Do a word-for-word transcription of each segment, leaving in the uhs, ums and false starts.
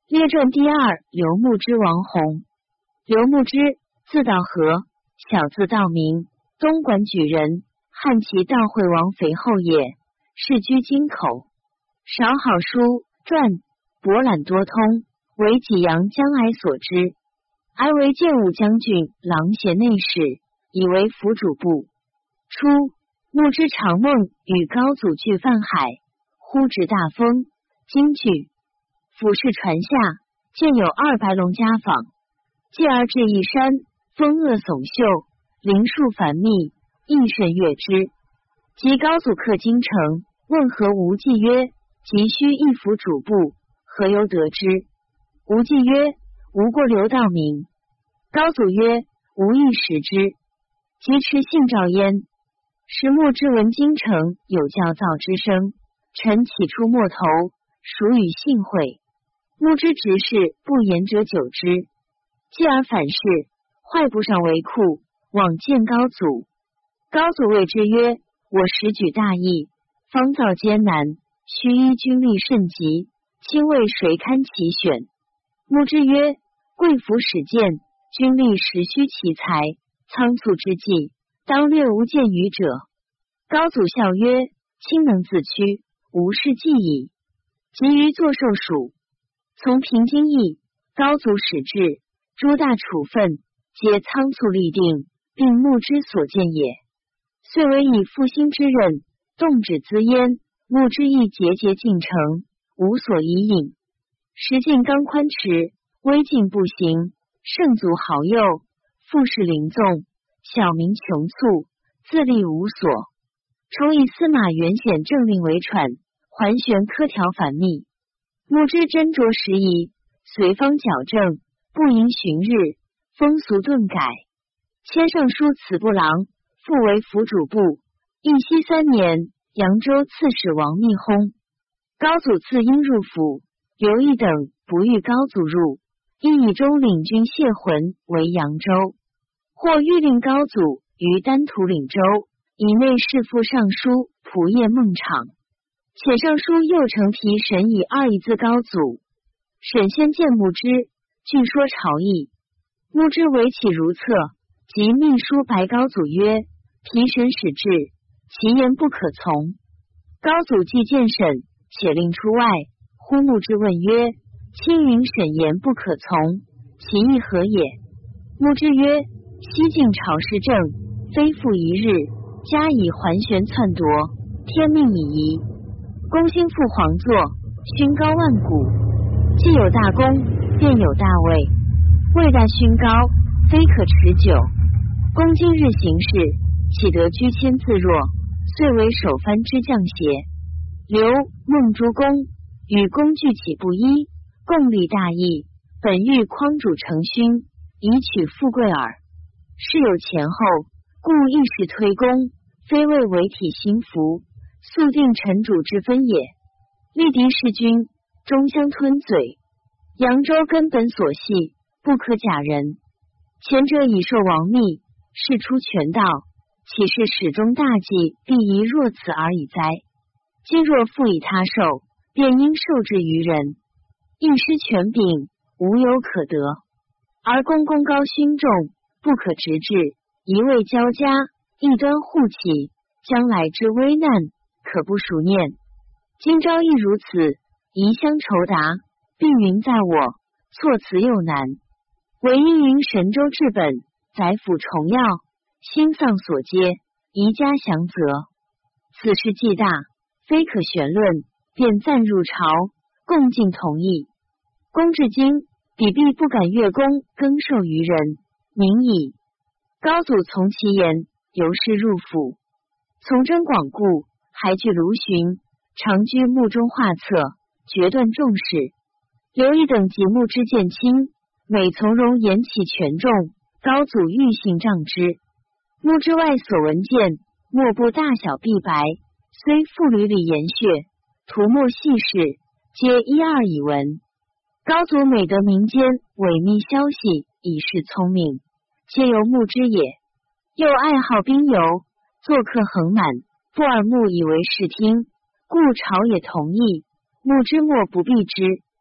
列传第二，刘牧之王弘。刘牧之，字道和，小字道明，东莞举人，汉齐道惠王肥后也，世居京口。少好书传，博览多通，为济阳将哀所知。哀为建武将军、郎协内侍，以为辅主部。初，牧之长梦与高祖俱泛海，忽至大风，惊惧。俯视船下，见有二白龙家访，继而至一山，风恶耸秀，林树繁密，亦甚悦之。及高祖克京城，问何无忌曰：急需一辅主部，何由得之？无忌曰：无过刘道明。高祖曰：吾亦识之。即持信诏焉。时牧之闻京城有教造之声，臣起初莫头，属与信会。牧之执事不言者久之，继而反视，坏部上为库，往见高祖。高祖谓之曰：我时举大义，方造艰难，须依军力甚急，卿为谁堪其选？牧之曰：贵府使见，军力实需其才，仓促之际，当略无见于者。高祖笑曰：卿能自驱，无事计矣。急于作受属。从平京邑，高祖始至，诸大处分，皆仓促立定，并牧之所见也。遂为以复兴之任，动止资焉，牧之亦节节进城，无所以引。时进刚宽弛，威进不行，圣祖豪右，富士临纵，小民穷促，自立无所。重以司马元显政令为喘，环旋苛条繁密。牧之斟酌时宜，随方矫正，不迎旬日，风俗顿改。迁尚书此部郎，复为辅主部。义熙三年，扬州刺史王密薨，高祖赐因入府，刘毅等不欲高祖入，亦以中领军谢浑为扬州，或欲令高祖于丹徒领州，以内侍副尚书仆射孟昶。且尚书右丞提审以二一字高祖。审先见牧之，据说朝议。牧之为其如策，即密书白高祖曰：提审使至，其言不可从。高祖既见审，且令出外，呼牧之问曰：卿云审言不可从，其意何也？牧之曰：西晋朝施政，非复一日，加以环旋篡夺，天命已移。公兴复皇座，勋高万古，既有大功，便有大位。位大勋高，非可持久。公今日行事，岂得居谦自若，遂为首藩之将邪？刘孟诸公与公俱起不一，共立大义，本欲匡主成勋，以取富贵耳。事有前后，故一时推公，非为为体心服，速定臣主之分也。立敌弑君，终相吞嘴。扬州根本所系，不可假人。前者已受王密，事出权道，岂是始终大计必宜若此而已哉？今若复以他受，便应受之于人，一失权柄，无有可得。而公功高勋重，不可直至，一味交加，异端互起，将来之危难，可不数念。今朝亦如此，宜相酬答，并云在我，措辞又难。唯因云神州治本，宰辅重要，兴丧所接，宜加详责。此事既大，非可旋论，便暂入朝，共进同意。公至今，彼必不敢越宫更授于人，明矣。高祖从其言，由是入府，从征广固，还据卢循，常居幕中画策，决断众事。刘毅等及牧之见亲，每从容言其权重，高祖欲信仗之。牧之外所闻见，莫不大小必白，虽父履里言血，涂墨细事，皆一二以闻。高祖每得民间伪密消息，以示聪明，皆由牧之也。又爱好宾游，做客横满，不耳目以为视听，故朝也同意，牧之莫不避之。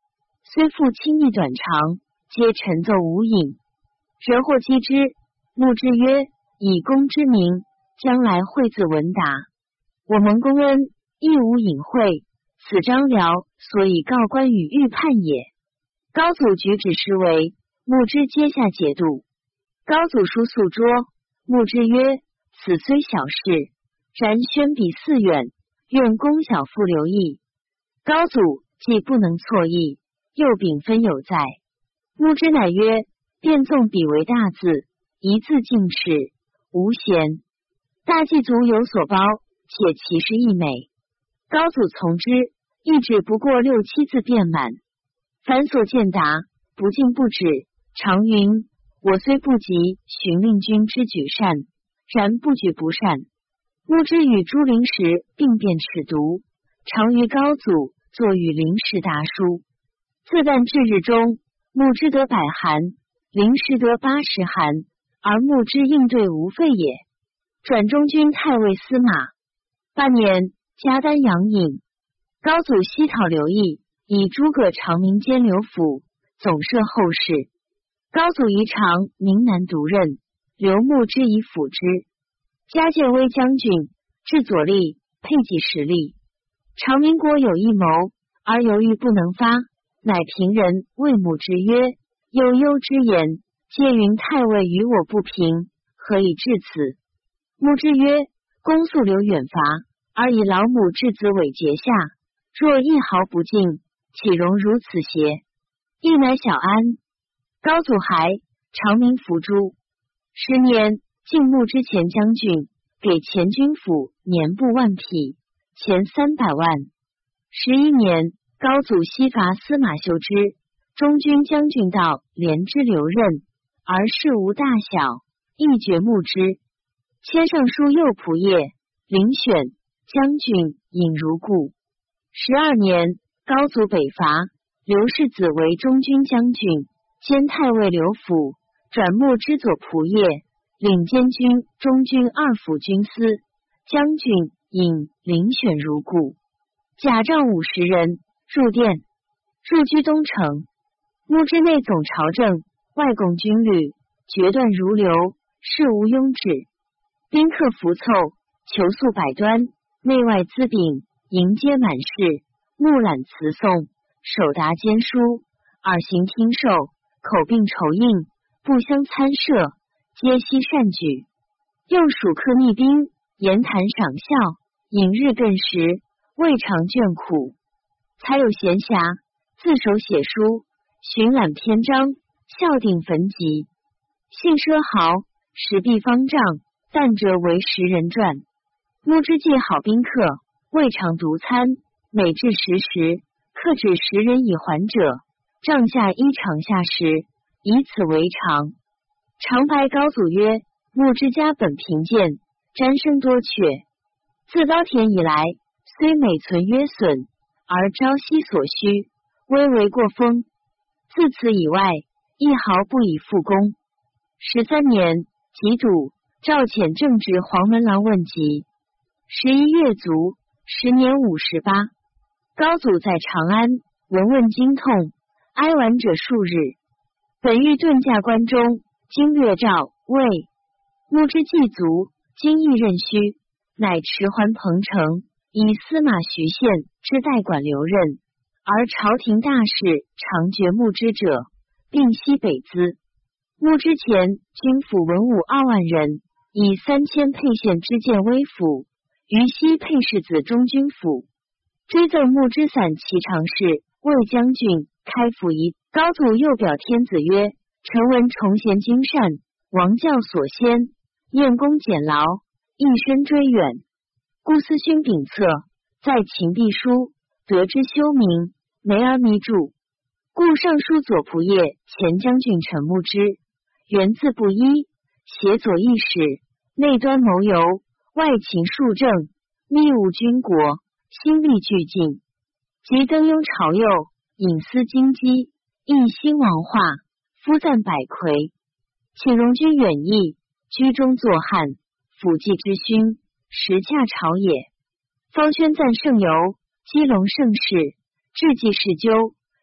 虽复轻易短长，皆陈奏无影。人或击之，目之曰：以公之名，将来惠自闻达。我蒙公恩，亦无隐讳，此张辽所以告官与预判也。高祖举止实为，目之阶下解度。高祖书诉捉，目之曰：此虽小事，然宣比似远，愿公小父留意。高祖既不能错意，又秉分有在。目之乃曰：便纵笔为大字，一字尽齿，无嫌。大祭族有所包，且其事亦美。高祖从之，一纸不过六七字便满。凡所见达，不尽不止。常云：我虽不及荀令君之举善，然不举不善。目之与朱灵时并辩尺牍，常于高祖作与灵时答书。自旦至日中，目之得百函，灵时得八十函，而目之应对无废也。转中军太尉司马。八年，加丹阳尹。高祖西讨刘毅，以诸葛长明兼刘辅，总摄后事。高祖宜长明南独任，刘穆之以辅之。加建威将军，至左吏，配给实力。长明国有一谋，而犹豫不能发，乃平人谓穆之曰：悠悠之言，皆云太尉与我不平，何以至此？穆之曰：公素留远伐，而以老母至子尾节下，若一毫不进，岂容如此邪？亦乃小安。高祖还，长明伏诛。十年，晋穆之前将军，给前军府年布万匹，钱三百万。十一年，高祖西伐司马修之，中军将军道连之留任，而事无大小，亦决穆之。迁尚书右仆射，遴选将军尹如故。十二年，高祖北伐，刘世子为中军将军，兼太尉刘辅，转穆之左仆射，领监军、中军二府军司，将军尹遴选如故。甲仗五十人，入殿，入居东城。穆之内总朝政，外供军旅，决断如流，事无庸止。宾客浮凑，求素百端，内外资禀，迎接满室，目览辞颂，手答兼书，耳行听授，口并酬应，不相参涉，皆悉善举。用属客逆宾，言谈赏笑，饮日更食，未尝倦苦。才有闲暇，自手写书，巡览篇章，校订焚集。性奢豪，食必方丈，但者为十人传。穆之戒好宾客，未尝独餐，每至十时，克止十人以还者，帐下衣长下食，以此为常。常白高祖曰：穆之家本贫贱，沾生多缺。自高田以来，虽每存约损，而朝夕所需，微为过风。自此以外，一毫不以复功。十三年，己笃，赵遣正直黄门郎问疾。十一月卒，时年五十八。高祖在长安，闻问经痛，哀婉者数日。本欲遁驾关中，经略诏谓穆之祭卒，今亦任虚，乃迟还彭城，以司马徐县之代管留任，而朝廷大事常决穆之者，并西北资。穆之前军府文武二万人，以三千沛县知见微府，于西沛世子中军府。追赠穆之散骑常侍、卫将军、开府仪。高祖又表天子曰：臣闻崇贤经善，王教所先，晏公俭劳，一生追远。故思勋秉策，在秦必书，得之修明，梅而弥著。故尚书左仆射前将军陈穆之，源自不一，协佐议史，内端谋游，外勤数政，密务军国，心力俱进。及登庸朝右，隐私京畿，一兴王化，夫赞百魁。请荣军远役，居中作汉，辅祭之勋，时洽朝野。方宣赞圣游，基隆盛世，志绩事究，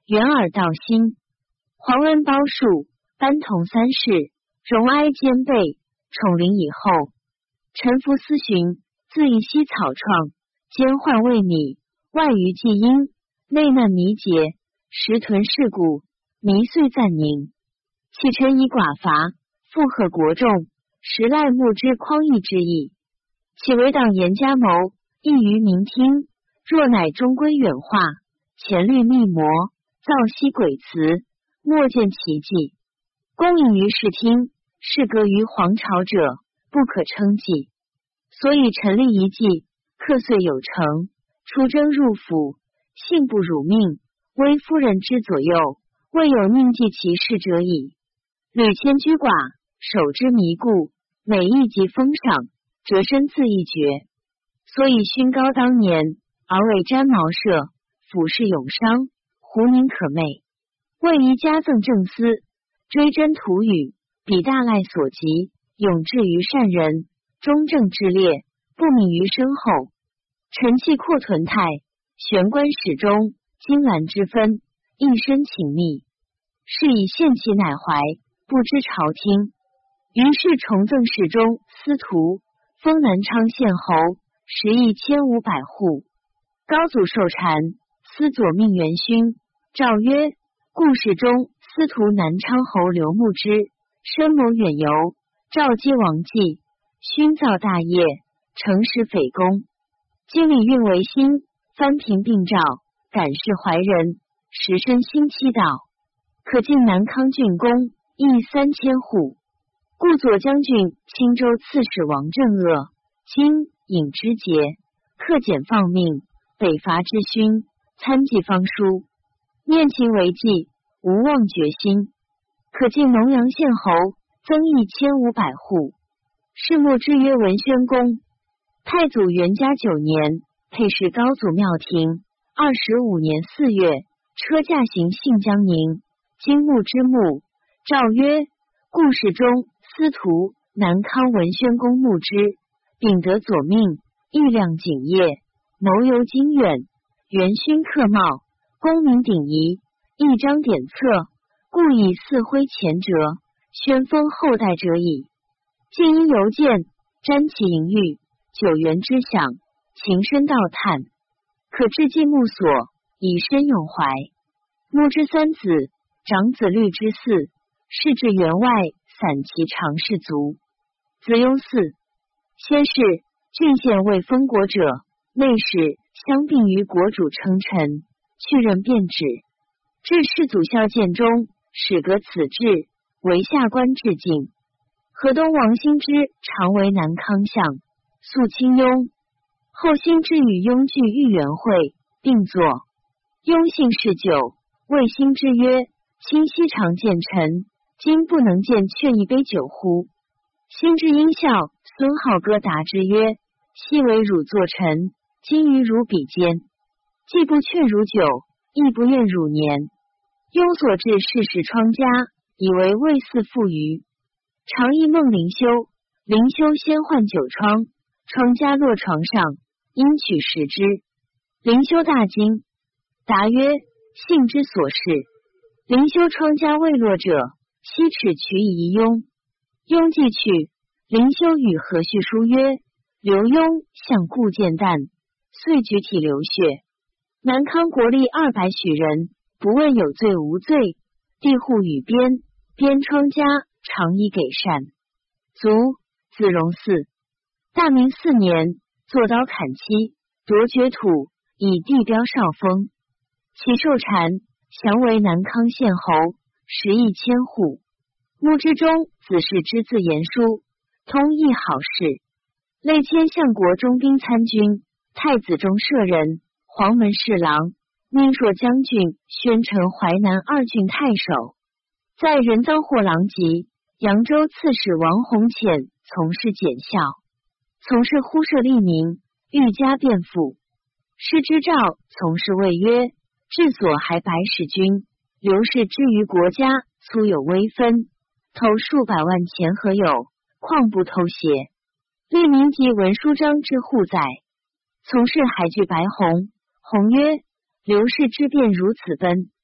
远耳道心。皇恩包数，班同三世，荣哀兼备，宠临以后。臣服思寻，自一息草创，兼患未米，外于既因，内难弥结，实屯世故，弥岁暂宁。启臣以寡伐，附和国众，实赖目之匡义之意。其为党严加谋，易于民听。若乃终归远化，前虑密谋，造息诡辞，莫见其迹。公引于视听，是革于皇朝者，不可称计。所以臣立一计，克遂有成。出征入府，幸不辱命，微夫人之左右，未有宁计其事者矣。屡迁居寡，守之弥固，每一级封赏，折身自一绝。所以勋高当年，而为瞻茅舍，俯视永商，胡宁可媚。为宜加赠正司，追真图语，比大赖所及，永志于善人，忠正之列，不泯于身后。臣气阔屯泰，玄关始终，金兰之分，一身情密。是以献其乃怀，不知朝廷。于是重赠侍中、司徒，封南昌县侯，食邑千五百户。高祖受禅，司左命元勋，诏曰：故事中司徒南昌侯刘牧之，深谋远游，召接王继，勋造大业，诚实匪公。经理运维新，藩平并诏，感事怀仁，时身兴七道，可进南康郡公邑三千户。故左将军、青州刺史王正鄂，今尹之节，克俭放命，北伐之勋，参计方书，念其为计，无忘决心。可进农阳县侯，增邑千五百户。是末之曰文宣公。太祖元嘉九年，配侍高祖庙庭。二十五年四月，车驾行信江宁，经墓之墓，诏曰：故事中司徒南康文宣公墓之，秉得左命，义亮景业，谋游经远，元勋克茂，功名鼎遗，一张典册，故以四徽前折，宣封后代者矣。近因邮见，瞻其盈誉，九原之享，情深道叹，可至今墓所，以深永怀。墓之三子，长子律之嗣，仕至员外，散其常侍卒。子雍嗣，先是郡县未封国者，内史相并于国主称臣，去任便止。至世祖孝建中，始革此制，为下官致敬。河东王兴之常为南康相，肃清雍。后兴之与雍聚御园会，并作。雍幸嗜酒，谓兴之曰：卿昔常见臣，今不能见，却一杯酒乎？兴之因笑，孙浩歌答之曰：昔为汝作臣，今于汝比肩，既不劝汝酒，亦不愿汝年。庸所至世事疮家，以为未似富余。常忆梦灵修，灵修先患酒疮，疮家落床上，因取食之。灵修大惊，答曰：幸之所事。灵修疮家未落者，七尺取以一庸。庸既去，灵修与何续书曰：刘庸向故见淡，遂举体流血。南康国力二百许人，不问有罪无罪，地户与边边疮家常以给善。卒，子荣嗣。大明四年，坐刀砍妻，夺爵土，以地标少封。其受禅，降为南康县侯，食邑千户。墓之中，子氏之字言书，通义好事。累迁相国中兵参军，太子中舍人，黄门侍郎，宁朔将军，宣城淮南二郡太守。在人赃获郎籍，扬州刺史王弘潜从事检校，从事忽舍吏民，欲加变赋。师之诏从事谓曰：治所还白使君，刘氏之于国家，粗有微分，投数百万钱何有，况不偷邪？吏民及文书章之户宰。从事海拒白弘，弘曰：刘氏之变如此奔，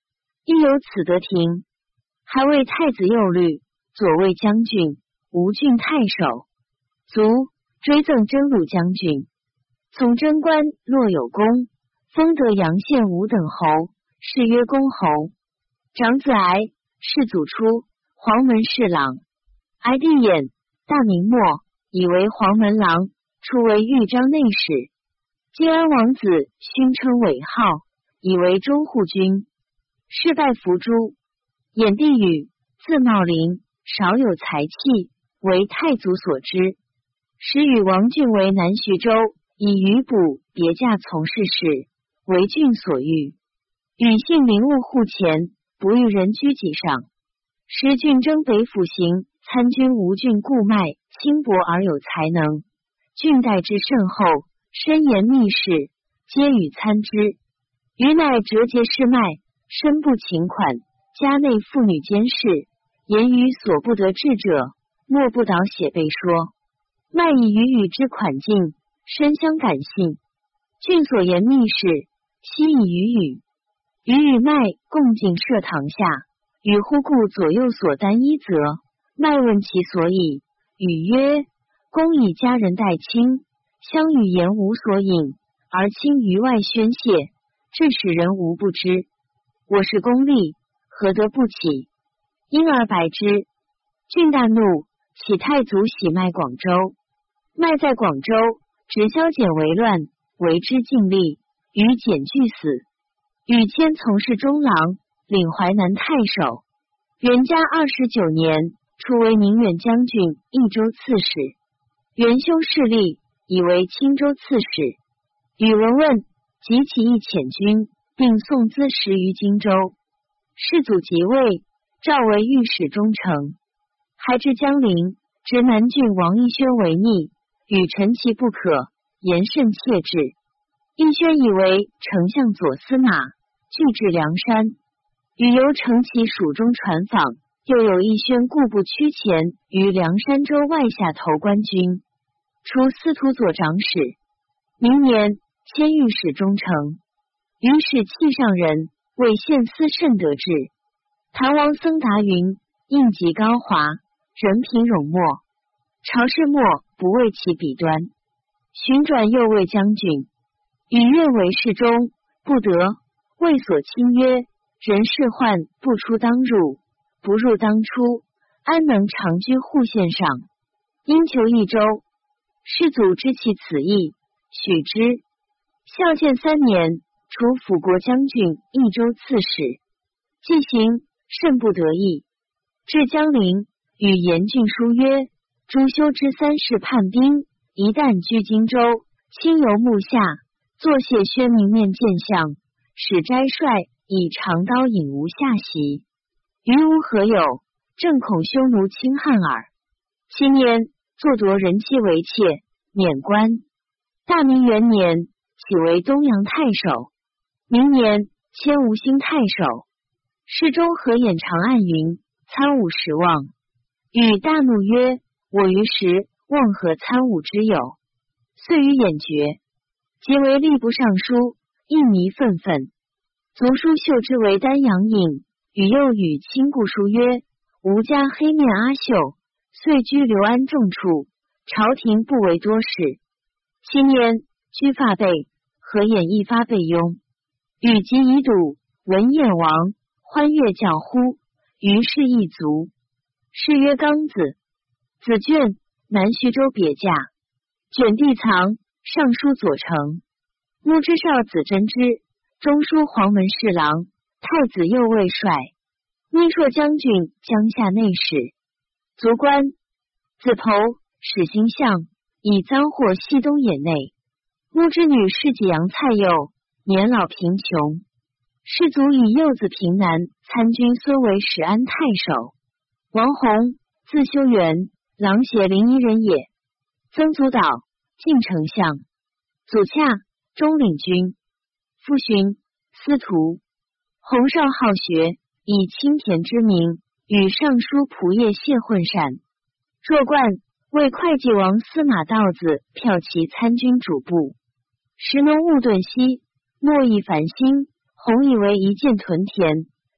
亦有此德庭，还为太子右律、左卫将军、吴郡太守，卒，追赠征虏将军。从贞观落有功，封得阳县五等侯，谥曰公侯。长子癌，世祖出，黄门侍郎。癌弟衍，大明末，以为黄门郎，初为豫章内史。晋安王子勋称韦号，以为中护军。事拜伏诛。衍弟宇，字茂林，少有才气，为太祖所知。时与王浚为南徐州，以余补别驾从事事，为浚所遇。与姓林务户前，不遇人居己上。时浚征北府行参军吴郡故迈，轻薄而有才能。浚待之甚厚，深言密事，皆与参之。余乃折节世脉，身不勤款，家内妇女监视，言语所不得志者，莫不导写背说。迈以余语之款尽，深相感信。浚所言密事，悉以余语。余与迈共进舍堂下，与忽顾左右所担一责。迈问其所以，语曰：公以家人待亲，相与言无所隐，而亲于外宣泄，致使人无不知。我是公吏，何得不起？因而白之。浚大怒，启太祖喜迈广州。迈在广州，执萧简为乱，为之尽力，与简俱死。宇迁从事中郎，领淮南太守。元嘉二十九年，初为宁远将军、益州刺史。元兄势力，以为青州刺史。宇文问及其意遣军，并送资十余荆州。世祖即位，诏为御史中丞。还至江陵，执南郡王义宣为逆，与陈其不可，言甚切制。义宣以为丞相左司马，拒至梁山。与由承其蜀中传访，又有义宣故不屈前于梁山州外下投官军，除司徒左长史。明年迁御史中丞。于是气上人，为献司甚得志。唐王僧达云：应极高华，人品冗默，朝事末不为其笔端。寻转右卫将军，与愿为侍中，不得，谓所亲曰：人事患不出当入，不入当出，安能长居户县上？因求益州。世祖知其此意，许之。孝建三年，除辅国将军、益州刺史。既行，甚不得意。至江陵，与严峻书曰：朱修之三世叛兵，一旦居荆州，亲游幕下，坐谢宣明面见相，使斋帅以长刀引吾下席。余无何有，正恐匈奴侵汉耳。七年，坐夺人妻为妾，免官。大明元年，起为东阳太守。明年，迁吴兴太守。侍中何衍长按云：参悟时望。与大怒曰：我于时望何参悟之有？遂与衍绝。即为吏部尚书，印弥愤愤。族叔秀之为丹阳尹，与又与亲故书曰：吾家黑面阿秀，遂居刘安众处，朝廷不为多事。七年，居发备，何衍一发备庸。与及以堵，文彦王，欢悦教乎？于是一族。谥曰刚子。子卷，南徐州别驾。卷地藏，尚书左丞。穆之少子真之，中书黄门侍郎，太子右卫帅，秘朔将军，江夏内史。卒官。子侯，始兴相，以赃货西东野内。穆之女世纪杨蔡幼，年老贫穷。世祖以幼子平南参军孙为始安太守。王弘，字修元，琅邪临沂人也。曾祖岛，晋丞相。祖洽，中领军。父勋，司徒。弘少好学，以清田之名，与尚书仆射谢混善。若冠，为会稽王司马道子骠骑参军主簿。时农务顿西，莫以繁兴。弘以为一箭屯田，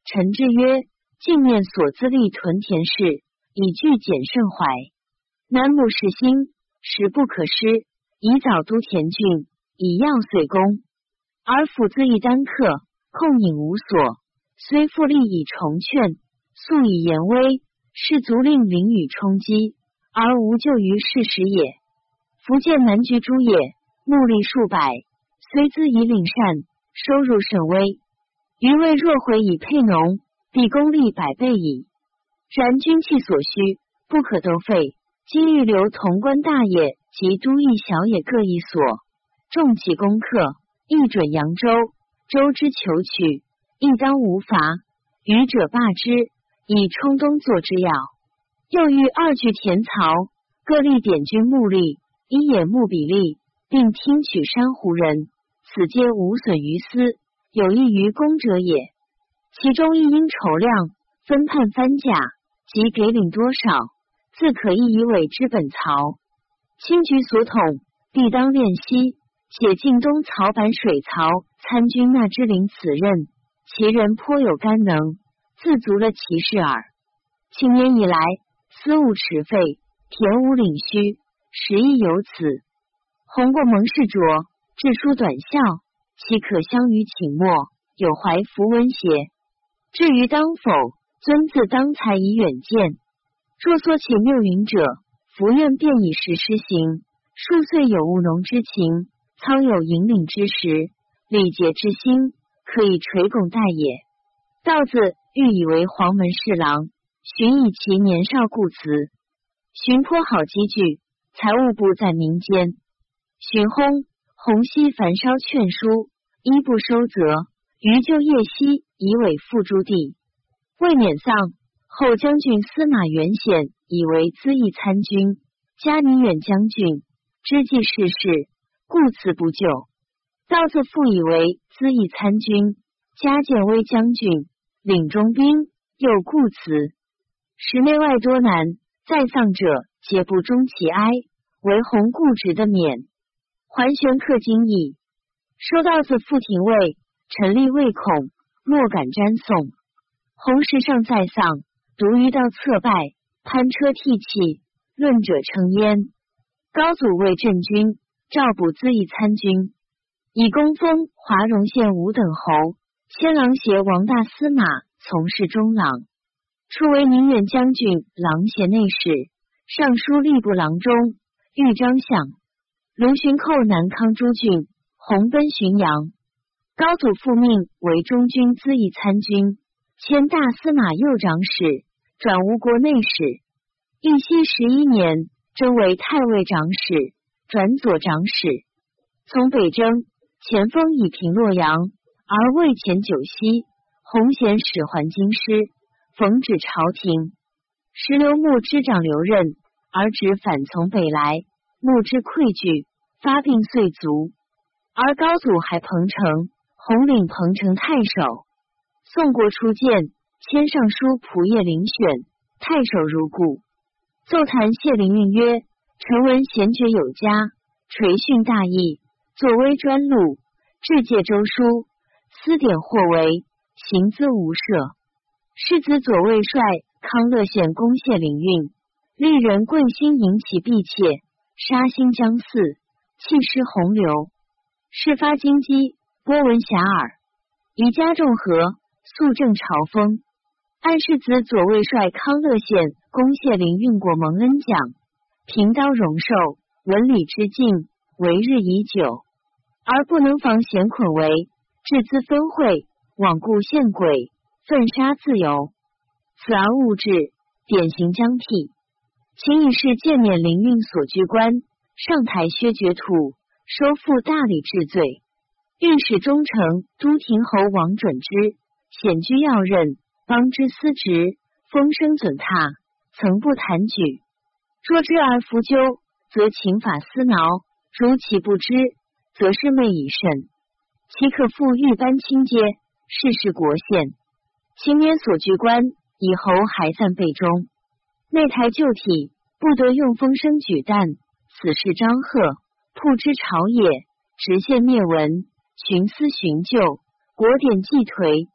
臣之曰：镜面所资立屯田氏，以具简甚怀。南亩世兴，实不可失。以早都田郡，以要岁功。而府资以单客，控饮无所。虽复力以重劝，素以言威，士卒令淋雨冲击，而无救于事实也。福建南居诸野，牧吏数百，虽资以领善，收入甚微。余谓若回以配农，必功力百倍矣。然军器所需，不可都废。今欲留潼关大野及都邑小野各一所，重其攻克，亦准扬州，州之求取，亦当无伐。余者罢之，以充东作之要。又欲二据田曹，各立点军牧吏，以野牧比例，并听取珊瑚人，此皆无损于私，有益于公者也。其中亦因筹量，分判番价，及给领多少，自可一以委之本曹。清局所统，必当练习，且晋东曹板水曹参军纳之领此任，其人颇有干能，自足了其事耳。庆年以来，私务迟废，田无领虚，实亦有此。红过蒙氏卓，志书短效，其可相与请末，有怀符文邪？至于当否，尊自当才以远见。若所且谬云者，伏愿便以实施行。数岁有务农之情，操有引领之时，礼节之心，可以垂拱待也。道字欲以为黄门侍郎，寻以其年少故辞。寻颇好积聚，财务部在民间。寻薨，洪熙凡烧劝书，一不收责，余就业熙以委付诸地。未免丧，后将军司马元显以为资议参军，加宁远将军，知计世事，故辞不就。道字复以为资议参军，加建威将军，领中兵，又故辞。时内外多难，在丧者皆不终其哀，为弘固职的免。桓玄克经义，收道字复廷尉，臣立未恐，莫敢瞻颂。弘时尚在丧，独于道侧拜，攀车涕泣，论者称焉。高祖为镇军，赵补资议参军，以功封华容县五等侯，千郎协王大司马，从事中郎，初为宁远将军、郎协内侍，尚书吏部郎中，豫章相。卢循寇南康诸郡，弘奔浔阳。高祖复命为中军资议参军，迁大司马右长史，转吴国内史。义熙十一年，征为太尉长史，转左长史。从北征，前锋以平洛阳，而未遣九锡。洪贤使还京师，奉旨朝廷。时刘牧之长留任，而只反从北来，牧之愧惧，发病遂卒。而高祖还彭城，弘领彭城太守。宋国初见，迁尚书仆射遴选，太守如故。奏弹谢灵运曰：臣闻贤爵有加，垂训大义，作威专录，治戒周书，司典或为，行资无赦。世子左卫帅康乐县公谢灵运，历人贵心迎其婢妾，杀兴将嗣，弃失洪流。事发京畿，波闻遐迩。宜加重和，肃正朝风。按世子左卫帅康乐县公谢灵运过蒙恩奖，平刀荣寿，文理之敬，为日已久，而不能防贤捆为，致资分会，罔顾献轨，奋杀自由。此而物质，典型将辟。请以是见免灵运所居官，上台削爵土，收复大理治罪。御史中丞都亭侯王准之，显居要任，邦之司职，风声准榻，曾不谈举。若知而弗究，则情法思挠；如其不知，则是昧以甚。其可复御班亲阶，事事国宪。秦年所居官，以侯还散备中。内台旧体，不得用风声举弹，此事张贺，曝之朝野，直线灭文，徇私寻旧，国典既颓，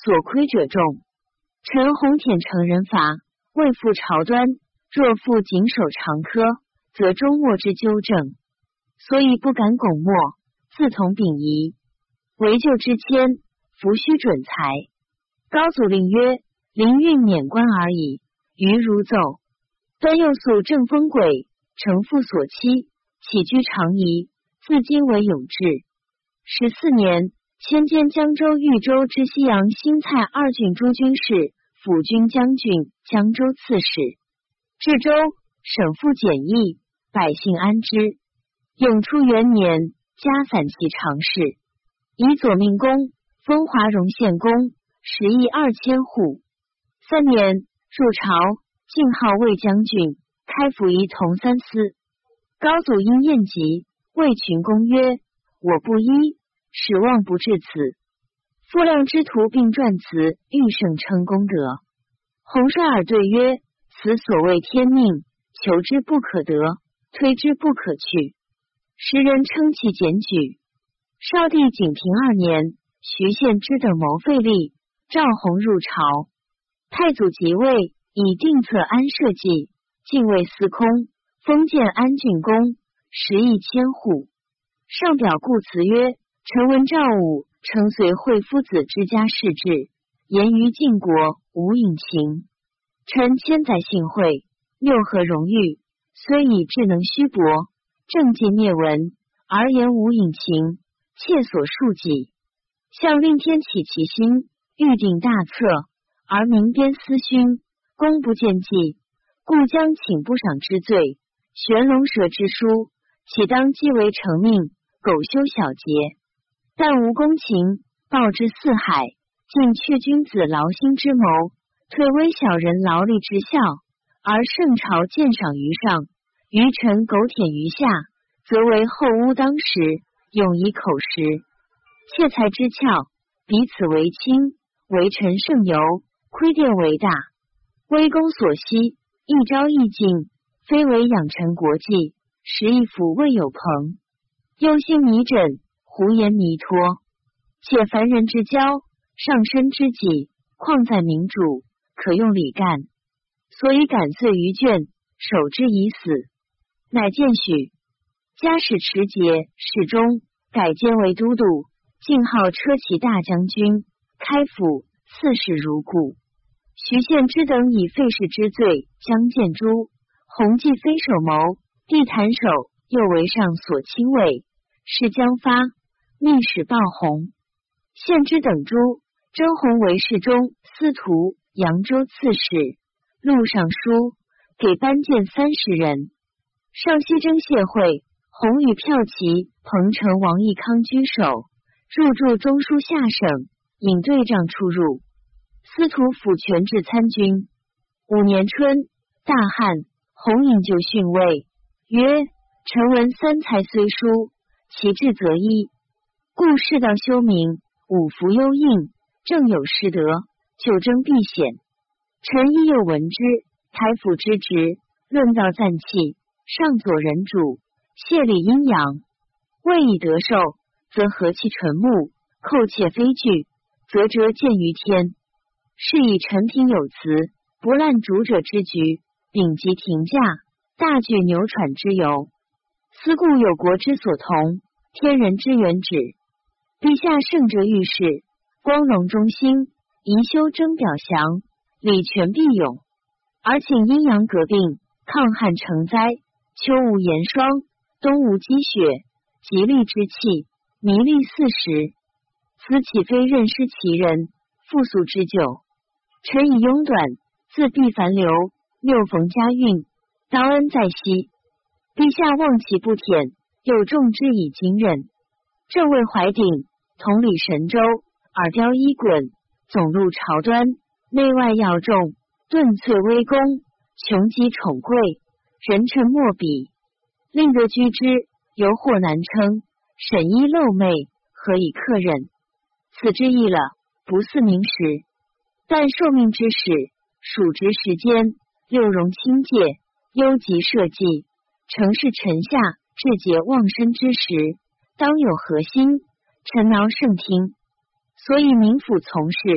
所亏者众。陈洪舔成人法，未复朝端，若复谨守常科，则终莫之纠正，所以不敢拱没，自同秉仪。为旧之谦，弗须准裁。高祖令曰：临运免官而已。余如奏。端右肃正风轨，承父所期，起居常宜，自今为永志。十四年，迁兼江州、豫州之西阳新蔡二郡诸军事、辅军将军、江州刺史。至州，省赋简易，百姓安之。永初元年，加散骑常侍，以左命公，封华容县公，十亿二千户。三年，入朝，进号卫将军，开府仪同三司。高祖因宴疾，谓群公曰：我不依，始望不至此。傅亮之徒并撰词，欲胜称功德。洪帅尔对曰：此所谓天命，求之不可得，推之不可去。时人称其检举。少帝景平二年，徐献之等谋废立，赵弘入朝。太祖即位，以定策安社稷，进位司空，封建安郡公，十亿千户。上表故辞曰：臣闻赵武承随惠夫子之家世志，言于晋国无隐情。臣千载幸会，六合荣誉，虽以智能虚薄，政绩灭文，而言无隐情，切所述己。向令天启其心，预定大策，而民边私勋，公不见计，故将请不赏之罪，悬龙蛇之书，岂当积为成命，苟修小节？但无公情，报之四海，尽却君子劳心之谋，退微小人劳力之效，而圣朝鉴赏于上，余臣苟舔于下，则为后污当时，永以口实。窃财之窍，彼此为轻，为臣甚尤，亏殿为大。微公所希，一朝一进，非为养臣国计，时一府未有朋。忧心弥枕，胡言弥托。且凡人之交，上身之己，况在民主，可用礼干。所以感遂于卷，守之以死。乃荐许。加使持节、侍中，改兼为都督，进号车骑大将军，开府，刺史如故。徐献之等以废事之罪将见诛，弘济非首谋，地坛守又为上所亲卫，是将发，密使报弘。献之等诛，征弘为侍中、司徒、扬州刺史，录尚书，给班见三十人。上西征谢会，弘与骠骑彭城王义康居首，入驻中书下省，引队帐出入。司徒府权制参军。五年春，大旱，弘引就训位，曰：臣闻三才虽殊，其志则一，故世道修明，五福优应，正有失德，就征必险。臣亦有闻之，台府之职，论道赞器，上佐人主，谢礼阴阳，未以得受，则和其纯木，寇窃非据，则折见于天。是以臣品有辞，不滥主者之局，秉及庭驾，大举牛喘之由。思故有国之所同，天人之原旨。陛下圣哲遇事，光荣中兴，宜修征表降，礼权必勇。而请阴阳革病，抗旱成灾，秋无严霜，冬无积雪，吉利之气，弥利四时。此岂非任失其人，复苏之救？臣以庸短，自必繁流，六逢佳运，刀恩在西。陛下望其不舔，又重之以经任。正位怀鼎，统理神州，耳雕衣衮，总录朝端，内外要重，顿萃威功，穷极宠贵，人臣莫比。令得居之，犹或难称。审衣露媚，何以克任？此之意了，不似明时。但受命之时，属职时间，六荣清戒，忧急社稷，承事臣下，志节忘身之时，当有核心，臣劳圣听。所以民府从事，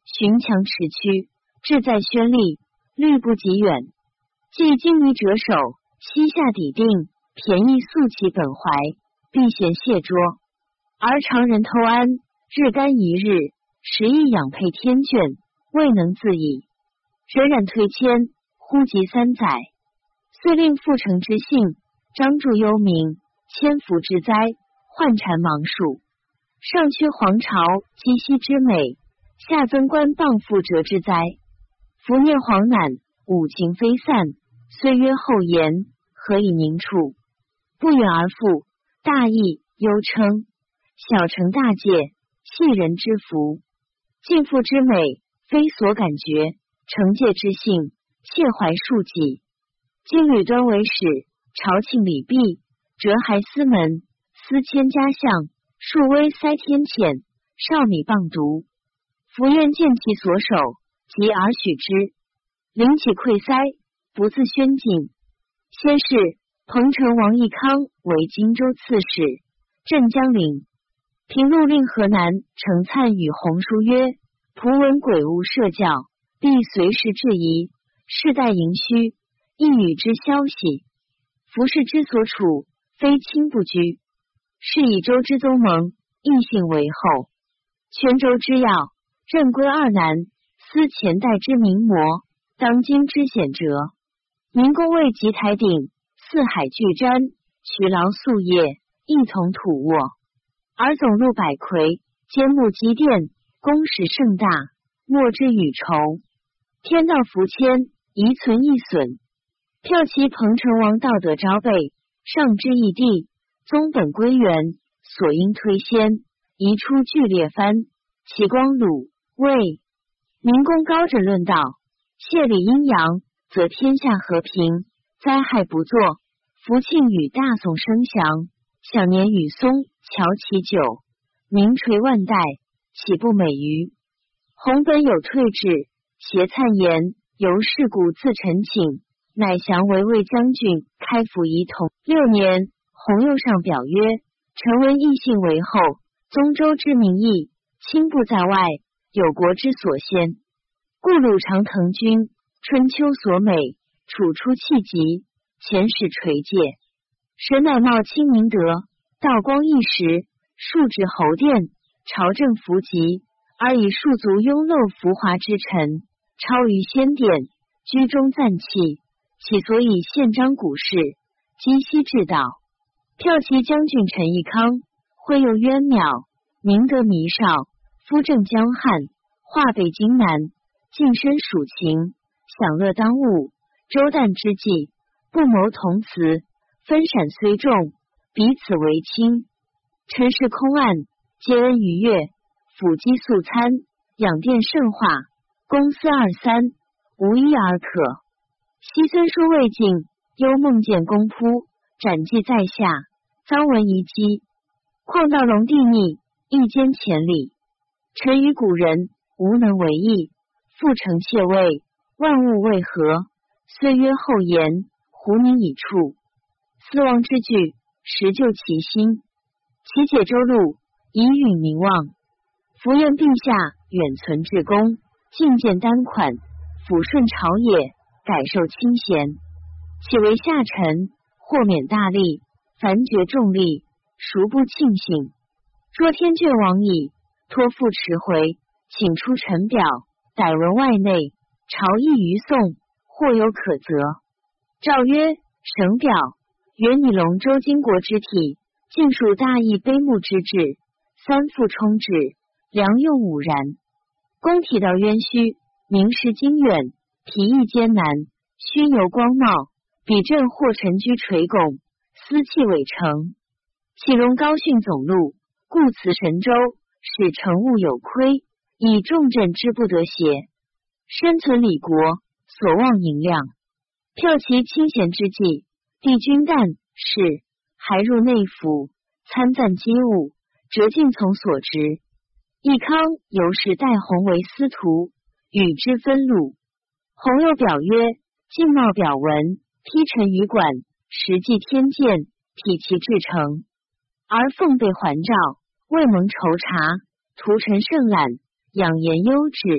寻强驰驱，志在宣力，虑不及远。既精于折手，膝下抵定，便宜速其本怀，避嫌卸捉。而常人偷安，日干一日，时亦养配天眷，未能自已。荏苒退迁，忽及三载，遂令复成之幸，张著幽冥，千福之灾，患谗盲术。上缺皇朝积息之美，下增官谤复折之灾。伏念黄赧，五情飞散，岁月后延，何以凝处？不远而复，大义忧称，小成大戒，系人之福。尽复之美，非所感觉；惩戒之性，切怀庶几。今吕端为使，朝庆礼毕，折还司门，司迁家相，数微塞天谴，少米谤读。伏愿见其所守，及而许之。临起溃塞，不自宣进。先是彭城王义康为荆州刺史，镇江陵。平陆令河南程粲与洪书曰：仆闻鬼物设教，必随时质疑，世代盈虚，亦与之消息。服饰之所处，非亲不居。是以周之宗盟，异姓为后。泉州之要，任归二南，思前代之名模，当今之显哲。民工为及台鼎，四海俱瞻，取劳夙夜，一同土卧。而总路百魁，兼木积殿，宫室盛大，莫之与筹。天道福迁，宜存易损。骠骑彭城王道德昭备，上之异地，宗本归元，所应推先，宜出剧烈藩，其光鲁魏。民公高枕论道，谢理阴阳，则天下和平，灾害不作。福庆与大宋声祥，享年与松乔其久，名垂万代，岂不美于？洪本有退志，携粲言，由事故自陈请，乃降为魏将军，开府仪同六年。洪右上表曰：臣闻异姓为后，宗周之名义，亲不在外，有国之所先。故鲁长腾军，春秋所美，楚出气急，前世垂戒。神乃茂清明德，道光一时，数至侯殿，朝政弗及，而以庶族庸陋浮华之臣，超于先典，居中赞气，其所以宪章古事，积息至道。骠骑将军陈义康，徽右渊邈，明德弥少，夫正江汉，化北京南，晋身蜀秦，享乐当务，周旦之际，不谋同辞，分散虽众，彼此为亲。陈氏空案，皆恩于越，辅积素餐，养殿甚化，公私二三，无一而可。西孙叔未尽，忧梦见公仆，斩计在下，遭闻遗迹。况道龙地逆，一间千里。臣与古人，无能为义，复成窃位，万物为何？岁月后延，胡宁已处。思王之举，实就其心。其解周路，以允民望。伏愿陛下远存至公，进谏单款，抚顺朝野，改受清闲。岂为下臣，或免大利，凡绝重利，孰不庆幸？若天眷往矣，托付迟回，请出臣表，逮闻外内，朝议于宋，或有可责。诏曰：省表，原以龙舟经国之体，尽属大义悲慕之志，三复充至，良用武然。公体道渊虚，名实经远，体意艰难，虚由光茂，比朕或臣居垂拱，司气委成，岂容高训总路，故辞神州，使成务有亏，以重朕之不得邪。身存李国，所望盈亮。骠骑清闲之际，帝君旦是，还入内府，参赞机务，折尽从所职。义康由是代洪为司徒，与之分禄。洪又表曰：敬茂表文，批陈于馆，实际天鉴，体其至诚。而奉备还诏，未蒙筹察，图陈甚览，养言优旨，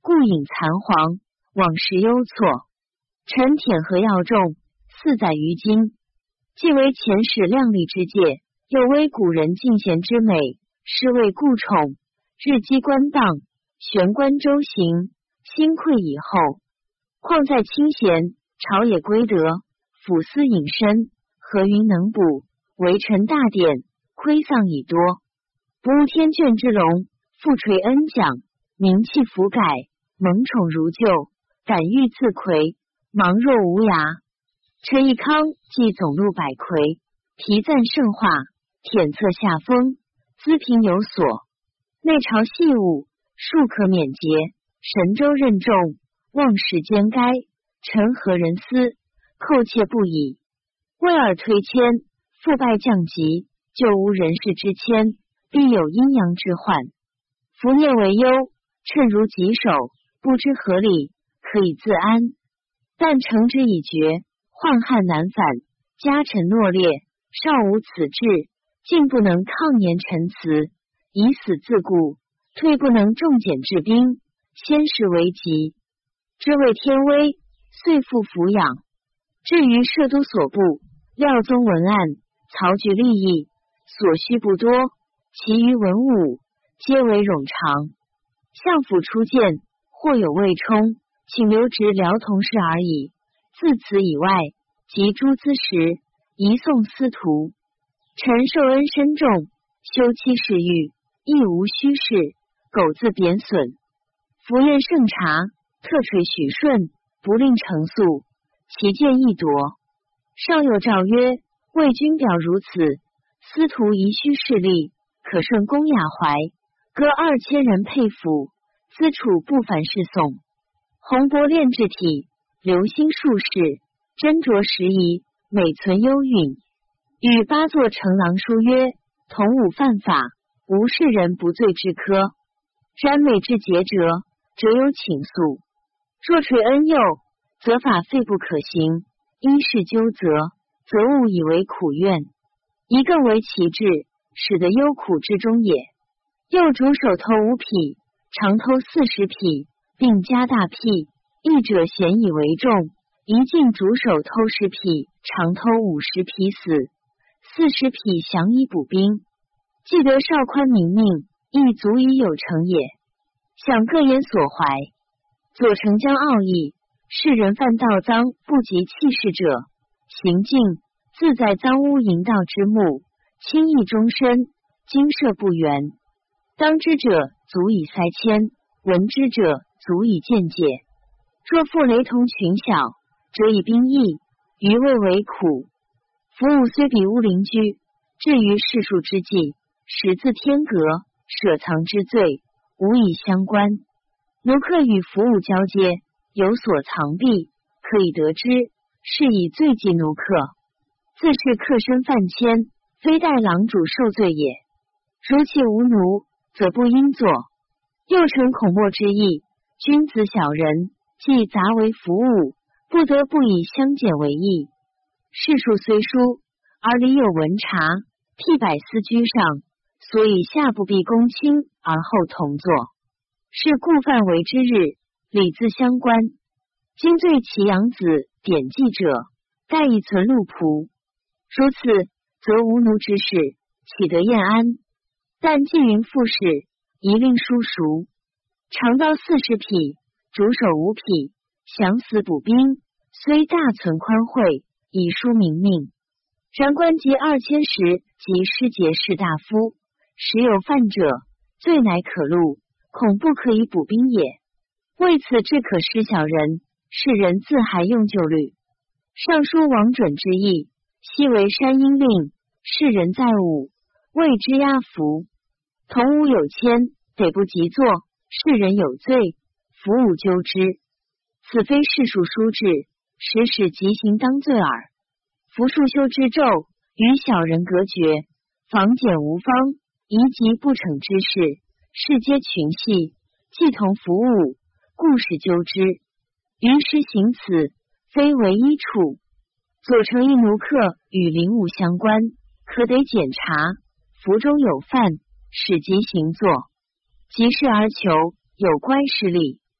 故引残黄，往事忧错。臣忝和要众，四载于今，既为前史亮丽之戒，又为古人敬贤之美，是谓故宠。日积官当，悬官周行，心愧以后。况在清闲，朝野归德，抚思隐身，何云能补？为臣大典，亏丧已多。不务天眷之龙，复垂恩奖，名气弗改，蒙宠如旧，感遇自魁，忙若无涯。陈义康既总录百魁，题赞圣化，忝策下风，资平有所。内朝细务，庶可免节，神州任重，望世兼该，臣何人思，叩切不已。为尔推迁，复败降级，就无人事之谦，必有阴阳之患。伏孽为忧，趁如棘手，不知合理，可以自安。但诚之已决，患汉难返，家臣懦劣，少无此志，进不能抗言陈词，以死自固，退不能重简治兵，先时为急。知为天威，遂复抚养。至于摄都所部、廖宗文案、曹举利益，所需不多，其余文武皆为冗长。相府初见，或有未充，请留职辽同事而已。自此以外，及诸资时，移送司徒。臣受恩深重，休戚侍御，亦无虚事，苟自贬损。服宴盛茶，特垂许顺，不令成素，其见易夺。上有诏曰：为君表如此，司徒宜须势力，可顺公雅怀，割二千人配服，资处不凡侍送。洪伯炼制体，留心术士，斟酌时宜，美存幽韵。与八座承郎书曰：同武犯法，无世人不罪之科。然美之节者，则有请诉。若垂恩佑，则法废不可行；因事纠责，则误以为苦怨。一更为其志，使得忧苦之中也。又主手偷五匹，常偷四十匹，并加大辟，一者嫌以为重，一进主手偷十匹，常偷五十匹死，四十匹降以补兵。既得少宽明命，亦足以有成也。想各言所怀。左丞将傲义，世人犯盗赃不及气势者，行径自在赃污淫盗之目，轻易终身，经社不远。当知者足以塞迁，闻之者足以见解。若复雷同群小，则以兵役，余味为苦。服务虽比乌邻居，至于世数之际，始自天格，舍藏之罪，无以相关。奴客与服务交接，有所藏避，可以得知，是以罪及奴客。自是客身犯迁，非待郎主受罪也。如其无奴，则不应作。又承孔墨之意，君子小人，既杂为服务，不得不以相减为义。世数虽疏，而礼有文察，辟百司居上，所以下不必公卿，而后同坐。是故犯为之日，礼自相关。今罪其养子典记者，盖以存禄仆。如此，则无奴之事，岂得晏安？但既云复事，宜令书熟。常到四十匹，主手五匹，降死补兵，虽大存宽惠，以书明命。然官及二千石及师节士大夫，时有犯者，罪乃可录，恐不可以补兵也。为此至可施小人，世人自还用旧律。尚书王准之意，昔为山阴令，世人在伍，谓之押服。同武有谦，得不及作，世人有罪，服务纠之。此非世数书制，实使极刑当罪耳。服数修之咒，与小人隔绝，防检无方，宜及不逞之事，世皆群系，既同服务，故使纠之。于师行此，非唯一处。左丞一奴客与灵物相关，可得检查，服中有犯，使即行作。及事而求，有乖失力。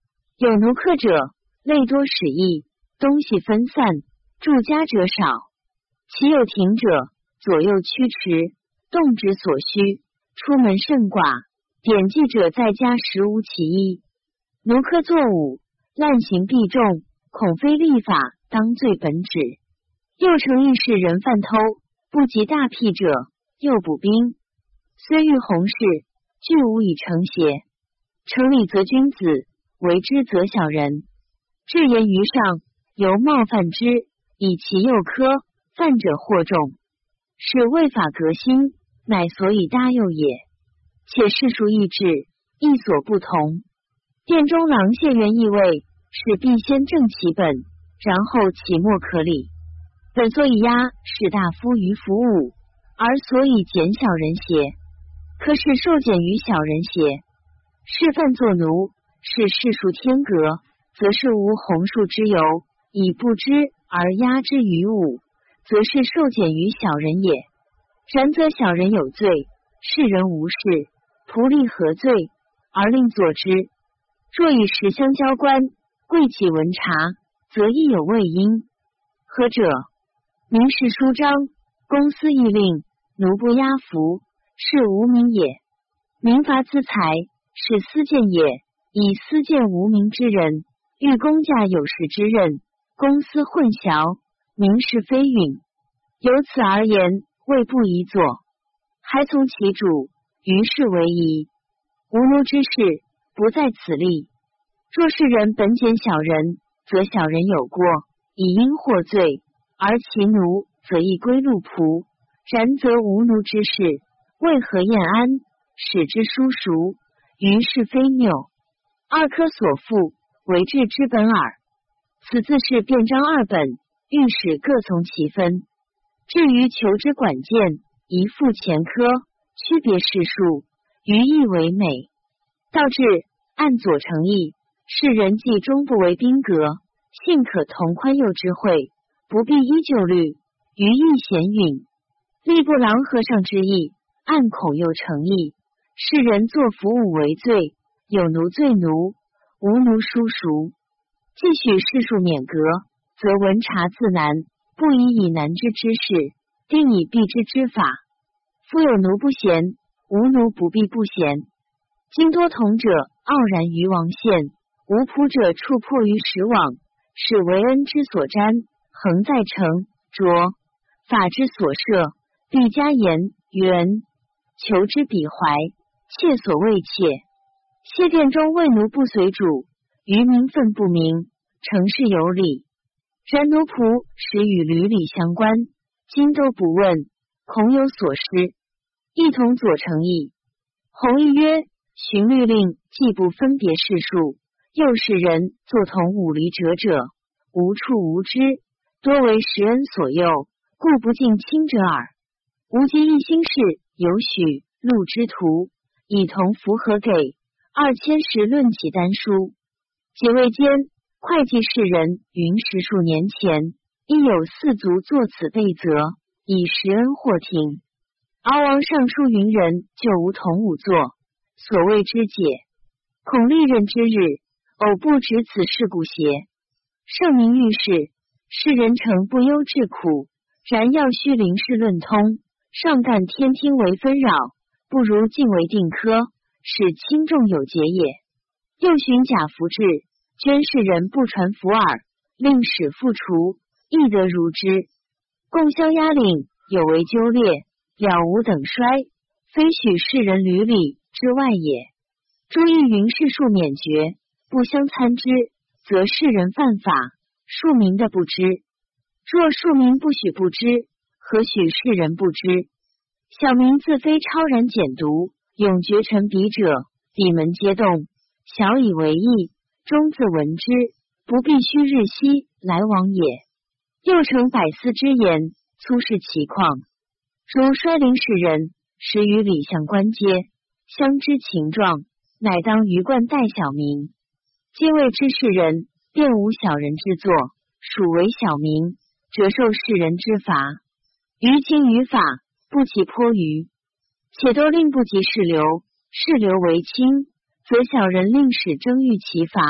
有奴客者，类多使役，东西分散，住家者少。其有庭者，左右驱驰，动之所需，出门甚寡。典记者在家实无其一。奴客作伍，滥行必重，恐非立法当罪本旨。又成议事人犯偷，不及大辟者，又补兵。虽遇弘事，俱无以成邪。成礼则君子，为之则小人。至言于上，犹冒犯之，以其诱苛，犯者惑众。是为法革新，乃所以搭诱也。且世俗意志，亦所不同。殿中郎谢元意味，是必先正其本，然后其末可理。本所以压士大夫于服务，而所以减小人邪？可使受减于小人邪？示范作奴，是世俗天格，则是无弘树之由，以不知而压之于物，则是受减于小人也。然则小人有罪，世人无事，仆隶何罪，而令作之？若以十相交官，贵己闻察，则亦有谓因。何者？民事书章，公司议令，奴不压服，是无名也。民罚资财，是私见也。以私见无名之人，欲公价有事之任，公私混淆，民事非允。由此而言，谓不宜作，还从其主，于是为宜。无奴之事，不在此例。若是人本减小人，则小人有过，以因获罪，而其奴则亦归禄仆。然则无奴之事，为何晏安，使之疏熟，于是非谬。二科所负，为治之本耳。此自是辩章二本，御史各从其分。至于求之管见，宜附前科，区别世数，于意为美。道至按左承议，是人既终不为宾格，幸可同宽宥之会，不必依旧律，于意贤允。吏部郎和尚之意，按孔又承议，是人作服务为罪，有奴罪奴，无奴疏熟。既许世数免格，则闻察自难，不以以难之之事，定以避之之法。夫有奴不贤，无奴不必不贤。今多同者傲然于王宪，无仆者触迫于石网，是为恩之所瞻，恒在成着，法之所设，必加言原，求之彼怀，切所谓切。谢殿中为奴不随主，于民愤不明，成事有理。然奴仆实与履礼相关，今都不问，恐有所失。一同左承议。弘议曰：循律令既不分别世数，又使人作同五离者者，无处无知，多为时恩所诱，故不尽亲者耳。吾及一心事，有许录之徒，以同符合给二千石论起单书。解未间，会计士人云十数年前，亦有四族作此备责，以时恩获庭。敖王上书云人就无同五作，所谓之解，恐历任之日，偶不止此事故邪？圣明遇事，世人诚不忧至苦，然要须临事论通，上干天听为纷扰，不如尽为定科，使轻重有节也。又寻假服制，捐世人不传服耳，令使复除，亦得如之。共销压领，有为纠列，了无等衰，非许世人履礼之外也。诸意云世数免绝，不相参之，则世人犯法，庶民的不知。若庶民不许不知，何许世人不知？小民自非超然简读，永绝尘笔者，闭门皆动，小以为意，终自闻之，不必须日夕来往也。又成百思之言，粗视其况。如衰灵世人，时与礼相关接，相知情状，乃当鱼贯待小民。皆谓之世人，便无小人之作，属为小民，折受世人之罚。于情于法，不其颇于，且都令不及世流，世流为轻，则小人令使争欲其罚，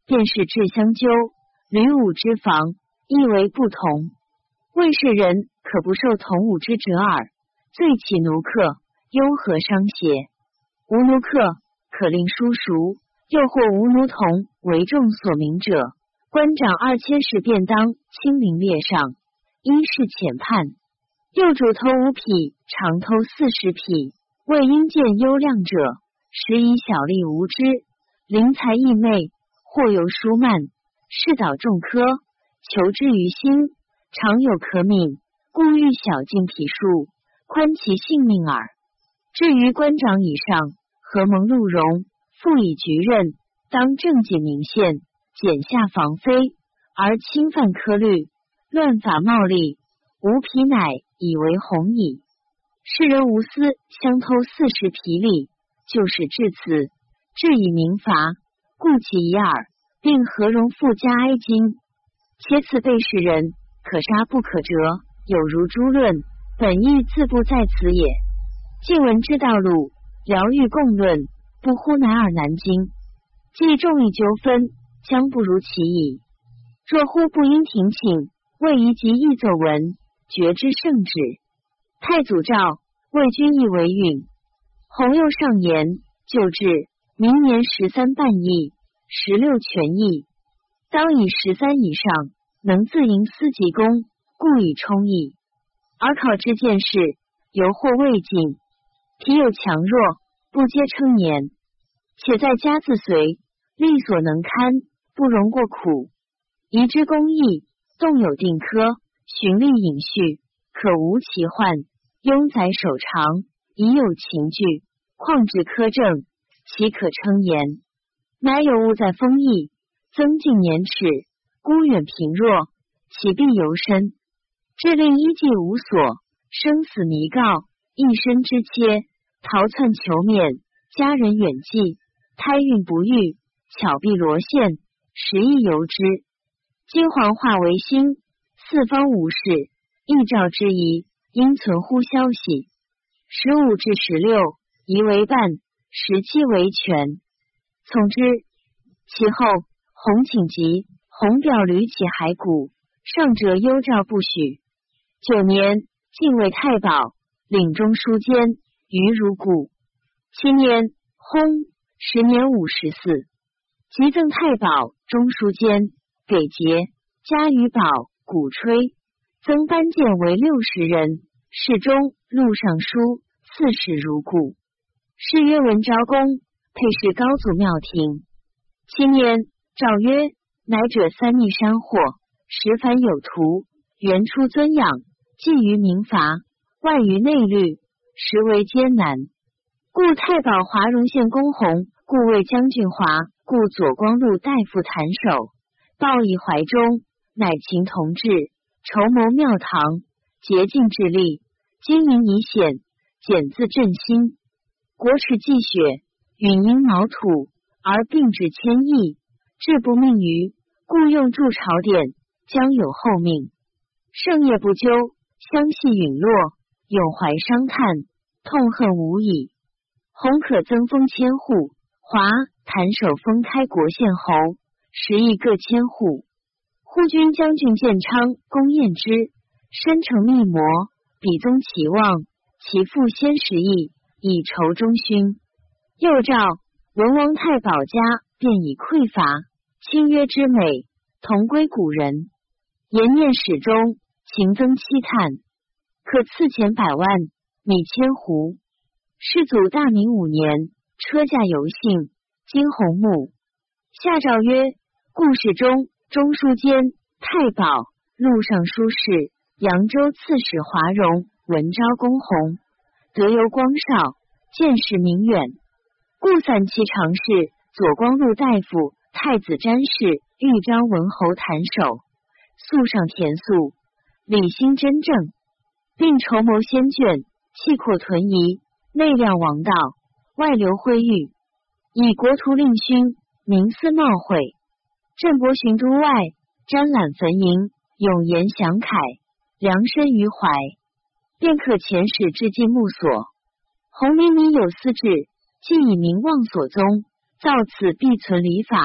便是至相纠，吕武之防亦为不同。魏氏人可不受同武之责耳，罪其奴客，忧何伤邪？无奴客，可令叔熟，又或无奴童为众所明者，官长二千石便当亲临列上，一是遣判。右主偷五匹，长偷四十匹，为应见优良者，实以小利无知，临财溢媚，或有疏慢，事导众科，求之于心，常有可悯，故欲小尽匹数，宽其性命耳。至于官长以上，何蒙禄荣，复以局任，当正己明宪，减下防非，而侵犯科律，乱法冒利，无匹乃以为弘矣。世人无私，相偷四十匹里，就是至此，至以民罚，故其一耳，并何容复加哀金？且此被世人，可杀不可折，有如诸论，本意自不在此也。晋文之道路，辽豫共论，不乎乃尔南京，既众议纠纷，将不如其矣。若乎不应庭请，谓宜及议奏文，决之圣旨。太祖诏，魏君议为允。洪佑上言，就制明年十三半议，十六全议，当以十三以上，能自营司级功，故以充议。而考之见事，犹或未尽，体有强弱，不皆称言。且在家自随，力所能堪，不容过苦。宜之公义，动有定科，循例引序，可无其患。庸载守常，已有情具，况至苛政，岂可称言？乃有物在丰益，增进年齿，孤远贫弱，其必尤深。致令依计无所，生死弥告，一身之切，逃窜求免，家人远寄，胎孕不育，巧避罗线，时亦由之。今皇化为新，四方无事，亦召之仪，应存乎消息。十五至十六，宜为半；十七为全。从之。其后，洪请疾，洪表屡起骸骨，上折幽诏不许。九年，晋为太保，领中书监，余如故。七年，薨。十年五十四，即赠太保、中书监，给节，加于宝、鼓吹，增班谏为六十人，侍中、录尚书、刺史如故。谥曰文昭公，配侍高祖庙庭。七年，诏曰：乃者三逆山祸，时凡有徒，原出尊养，寄于民罚，外于内律，实为艰难。故太保华容县公弘，故为将军华，故左光禄大夫弹守，报以怀中，乃秦同治，筹谋庙堂，竭尽致力，经营以显，简自振兴。国耻积雪，允因毛土，而并至千亿，志不命于，故用助朝典，将有后命。盛业不究，相系陨落，永怀伤叹，痛恨无已。洪可增封千户，华弹守封开国县侯，十邑各千户。护军将军建昌、公彦之，深成密谋，比宗其望，其父先十邑，以酬中勋。又诏文王太保家便以匮乏，亲约之美，同归古人。言念始终，情增期叹，可赐钱百万，米千斛。世祖大明五年，车驾游幸，金鸿墓。下诏曰：故事中、中书监、太保、录尚书事、扬州刺史华容、文昭公弘，德由光少，见识明远，故散其常侍左光禄大夫、太子詹事、豫章文侯弹守，素上田粟，理心真正，并筹谋先眷，气扩屯夷，内量王道，外流徽域，以国图令勋，名思茂会，镇博巡都外，瞻览坟茔，永言详楷，量身于怀，便可遣使至晋目所。弘明民有司志，既以民望所宗，造此必存礼法，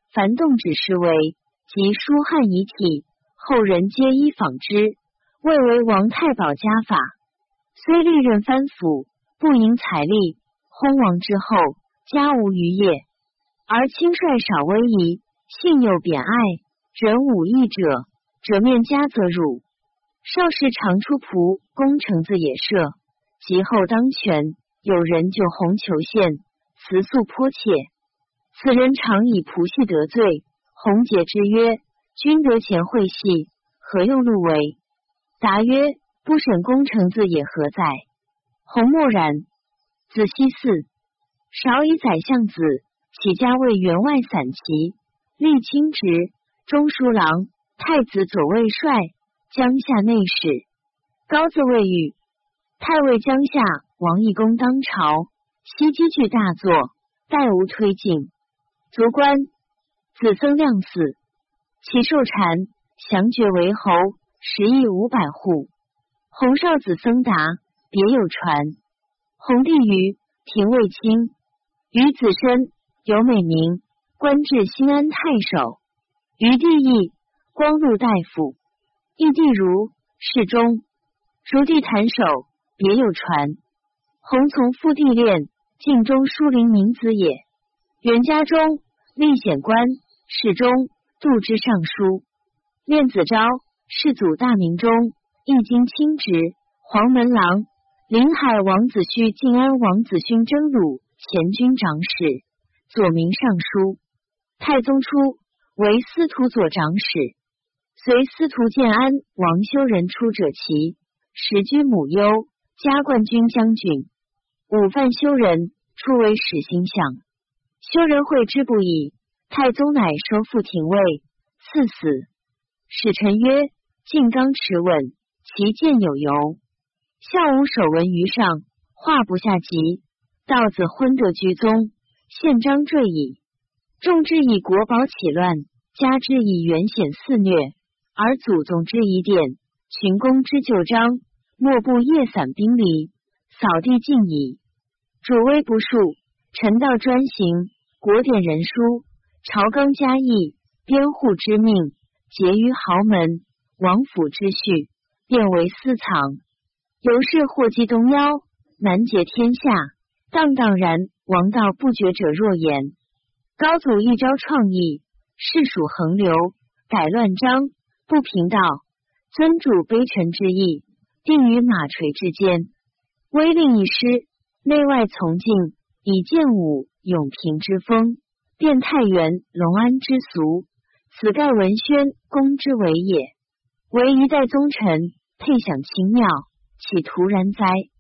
凡动指示为及书汉遗体，后人皆依仿之，谓为王太保家法。虽历任藩府，不营财力，薨亡之后，家无余业，而轻率少威仪，性又贬爱，人武义者，者面家则辱。少时常出仆攻城子野社，及后当权，有人就红裘县，辞诉颇切。此人常以仆系得罪，洪节之曰：君得钱贿系，何用禄为？答曰：不审攻城子也何在？洪默然。子熙嗣，少以宰相子，起家为员外散骑，历卿职，中书郎、太子左卫帅、江夏内史。高自未遇，太尉江夏王懿公当朝，悉积聚大作，待无推进。卒官，子曾亮嗣，其受禅，降爵为侯，食邑五百户。洪少子曾达，别有传。洪帝于廷尉卿，于子申有美名，官至兴安太守。于帝义，光禄大夫。义帝如侍中，如帝坛守，别有传。洪从父帝恋，晋中书林名子也。元嘉中，历显官，侍中，度支尚书。练子昭，世祖大明中，易经卿职，黄门郎。临海王子胥、晋安王子勋征虏，前军长史，左明尚书。太宗初，为司徒左长史。随司徒建安王修仁出者齐，时居母忧，加冠军将军。午犯修仁，初为始兴相。修仁会之不已，太宗乃收复廷尉，赐死。使臣曰：晋刚持稳，其见有由。孝武守文于上，画不下籍。道子昏得居宗，宪章坠矣。众之以国宝起乱，加之以元显肆虐，而祖宗之遗典，群公之旧章，莫不夜散兵离，扫地尽矣。主威不恕，臣道专行，国典人书，朝纲嘉义，编户之命，结于豪门，王府之序，变为私藏。由是祸及东夭，难解天下，荡荡然，王道不绝者若言。高祖一朝创意，世属横流，改乱章，不平道，尊主卑臣之意，定于马垂之间。威令一失，内外从敬，以建武永平之风，变太原隆安之俗。此盖文宣公之为也。唯一代宗臣，配享清妙，岂徒然哉？